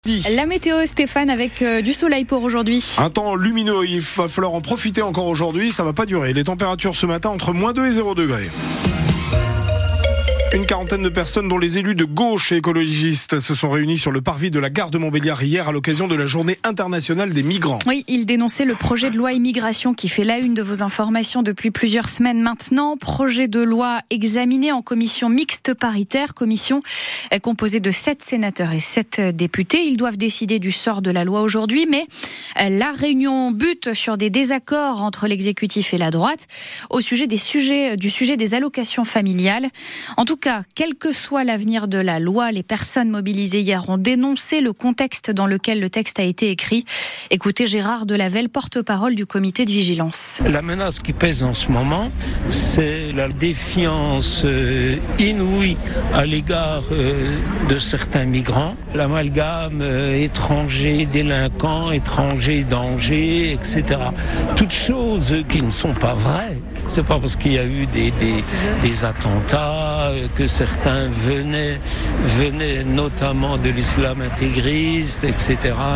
La météo, Stéphane, avec du soleil pour aujourd'hui. Un temps lumineux, il va falloir en profiter encore aujourd'hui, ça va pas durer. Les températures ce matin entre -2 et 0 degrés. Une quarantaine de personnes, dont les élus de gauche et écologistes, se sont réunis sur le parvis de la gare de Montbéliard hier à l'occasion de la Journée internationale des migrants. Oui, ils dénonçaient le projet de loi immigration qui fait la une de vos informations depuis plusieurs semaines maintenant. Projet de loi examiné en commission mixte paritaire, commission composée de 7 sénateurs et 7 députés. Ils doivent décider du sort de la loi aujourd'hui, mais la réunion bute sur des désaccords entre l'exécutif et la droite au sujet du sujet des allocations familiales. En tout cas, quel que soit l'avenir de la loi, les personnes mobilisées hier ont dénoncé le contexte dans lequel le texte a été écrit. Écoutez Gérard Delavel, porte-parole du comité de vigilance. La menace qui pèse en ce moment, c'est la défiance inouïe à l'égard de certains migrants. L'amalgame étrangers délinquants, étrangers dangers, etc. Toutes choses qui ne sont pas vraies. C'est pas parce qu'il y a eu des attentats que certains venaient notamment de l'islam intégriste, etc.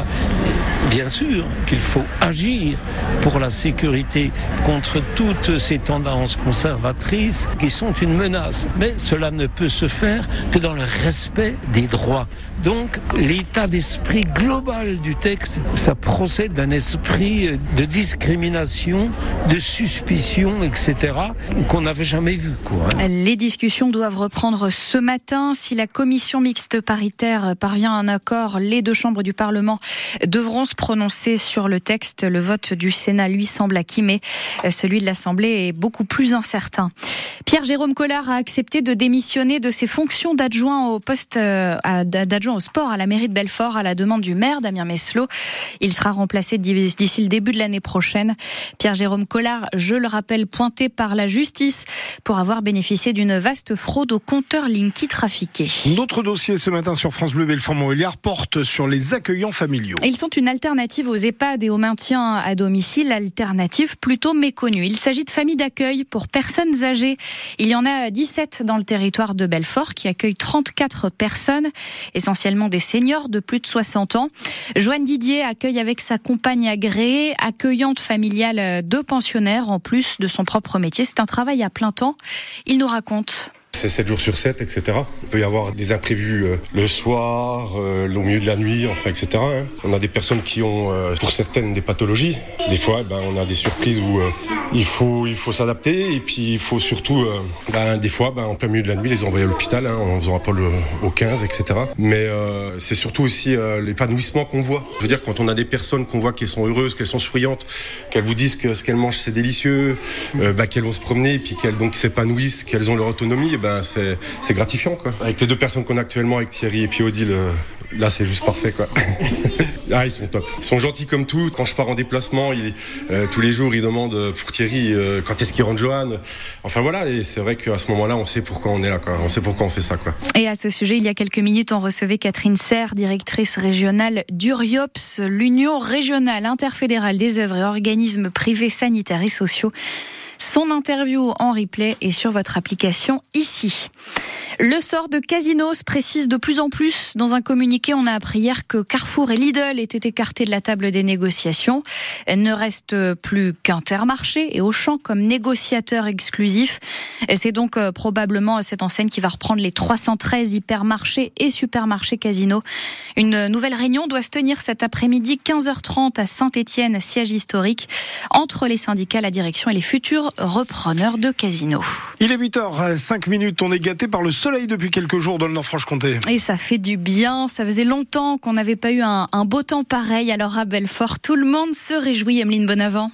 Bien sûr qu'il faut agir pour la sécurité contre toutes ces tendances conservatrices qui sont une menace. Mais cela ne peut se faire que dans le respect des droits. Donc l'état d'esprit global du texte, ça procède d'un esprit de discrimination, de suspicion, etc. qu'on n'avait jamais vu, quoi. Les discussions doivent reprendre ce matin. Si la commission mixte paritaire parvient à un accord, les deux chambres du Parlement devront se prononcer sur le texte. Le vote du Sénat, lui, semble acquis, mais celui de l'Assemblée est beaucoup plus incertain. Pierre-Jérôme Collard a accepté de démissionner de ses fonctions d'adjoint au poste d'adjoint au sport à la mairie de Belfort à la demande du maire Damien Meslot. Il sera remplacé d'ici le début de l'année prochaine. Pierre-Jérôme Collard, je le rappelle, pointé par la justice pour avoir bénéficié d'une vaste fraude au compteur Linky trafiqué. D'autres dossiers ce matin sur France Bleu Belfort-Montbéliard portent sur les accueillants familiaux. Ils sont une alternative aux EHPAD et au maintien à domicile, alternative plutôt méconnue. Il s'agit de familles d'accueil pour personnes âgées. Il y en a 17 dans le territoire de Belfort qui accueillent 34 personnes, essentiellement des seniors de plus de 60 ans. Joanne Didier accueille avec sa compagne agréée, accueillante familiale de pensionnaires en plus de son propre métier. C'est un travail à plein temps. Il nous raconte. C'est 7 jours sur 7, etc. Il peut y avoir des imprévus le soir, au milieu de la nuit, enfin, etc. On a des personnes qui ont, pour certaines, des pathologies. Des fois, on a des surprises où il faut s'adapter. Et puis, il faut surtout, des fois, en plein milieu de la nuit, les envoyer à l'hôpital, en faisant appel au 15, etc. Mais c'est surtout aussi l'épanouissement qu'on voit. Je veux dire, quand on a des personnes qu'on voit qu'elles sont heureuses, qu'elles sont souriantes, qu'elles vous disent que ce qu'elles mangent, c'est délicieux, qu'elles vont se promener, et puis qu'elles donc s'épanouissent, qu'elles ont leur autonomie, c'est gratifiant, quoi. Avec les deux personnes qu'on a actuellement, avec Thierry et puis Odile, là c'est juste parfait, quoi. Ils sont top. Ils sont gentils comme tout. Quand je pars en déplacement, tous les jours ils demandent pour Thierry quand est-ce qu'il rentre Johan. Enfin voilà, et c'est vrai qu'à ce moment-là on sait pourquoi on est là, quoi. On sait pourquoi on fait ça, quoi. Et à ce sujet, il y a quelques minutes, on recevait Catherine Serre, directrice régionale d'Uriops, l'Union régionale interfédérale des œuvres et organismes privés sanitaires et sociaux. Son interview en replay est sur votre application ici. Le sort de Casino se précise de plus en plus. Dans un communiqué, on a appris hier que Carrefour et Lidl étaient écartés de la table des négociations. Ne reste plus qu'Intermarché et Auchan comme négociateur exclusif. Et c'est donc probablement cette enseigne qui va reprendre les 313 hypermarchés et supermarchés Casino. Une nouvelle réunion doit se tenir cet après-midi, 15h30 à Saint-Étienne, siège historique, entre les syndicats, la direction et les futurs repreneurs de Casino. Il est 8h05, on est gâté par le soleil depuis quelques jours dans le Nord-Franche-Comté. Et ça fait du bien, ça faisait longtemps qu'on n'avait pas eu un beau temps pareil, alors à Belfort, tout le monde se réjouit. Emeline Bonavent.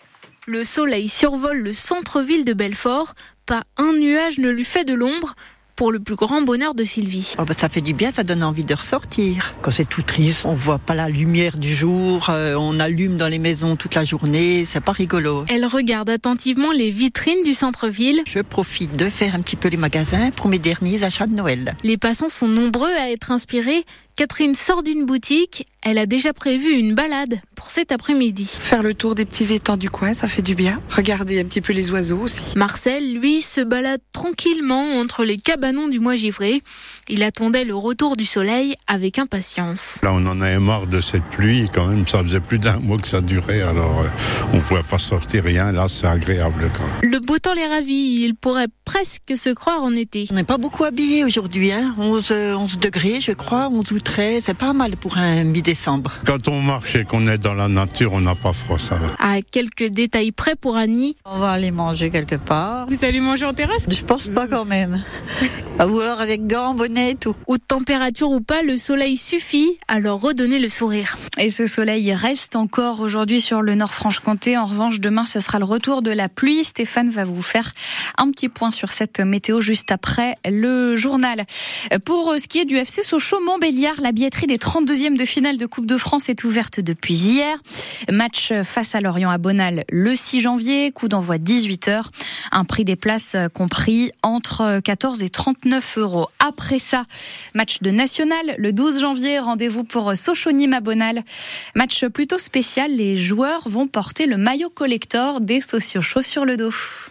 Le soleil survole le centre-ville de Belfort, pas un nuage ne lui fait de l'ombre. Pour le plus grand bonheur de Sylvie. Ça fait du bien, ça donne envie de ressortir. Quand c'est tout triste, on voit pas la lumière du jour, on allume dans les maisons toute la journée, c'est pas rigolo. Elle regarde attentivement les vitrines du centre-ville. Je profite de faire un petit peu les magasins pour mes derniers achats de Noël. Les passants sont nombreux à être inspirés. Catherine sort d'une boutique, elle a déjà prévu une balade pour cet après-midi. Faire le tour des petits étangs du coin, ça fait du bien. Regarder un petit peu les oiseaux aussi. Marcel, lui, se balade tranquillement entre les cabanons du Mois Givré. Il attendait le retour du soleil avec impatience. Là, on en avait marre de cette pluie quand même. Ça faisait plus d'un mois que ça durait, alors on ne pouvait pas sortir rien. Là, c'est agréable quand même. Le beau temps les ravit, il pourrait presque se croire en été. On n'est pas beaucoup habillés aujourd'hui, 11 degrés, je crois, 11 ou 13. C'est pas mal pour un mi-décembre. Quand on marche et qu'on est dans la nature, on n'a pas froid, ça va. À quelques détails près pour Annie. On va aller manger quelque part. Vous allez manger en terrasse ? Je pense pas quand même. Ou alors avec gants, bonnet et tout. Haute température ou pas, le soleil suffit à leur redonner le sourire. Et ce soleil reste encore aujourd'hui sur le Nord-Franche-Comté. En revanche, demain, ce sera le retour de la pluie. Stéphane va vous faire un petit point sur cette météo juste après le journal. Pour ce qui est du FC Sochaux-Montbéliard, la billetterie des 32e de finale de Coupe de France est ouverte depuis hier. Match face à Lorient à Bonal le 6 janvier, coup d'envoi 18h. Un prix des places compris entre 14 et 39 €. Après ça, match de national le 12 janvier, rendez-vous pour Sochaux-Nîmes à Bonal. Match plutôt spécial, les joueurs vont porter le maillot collector des Sochaux sur le dos.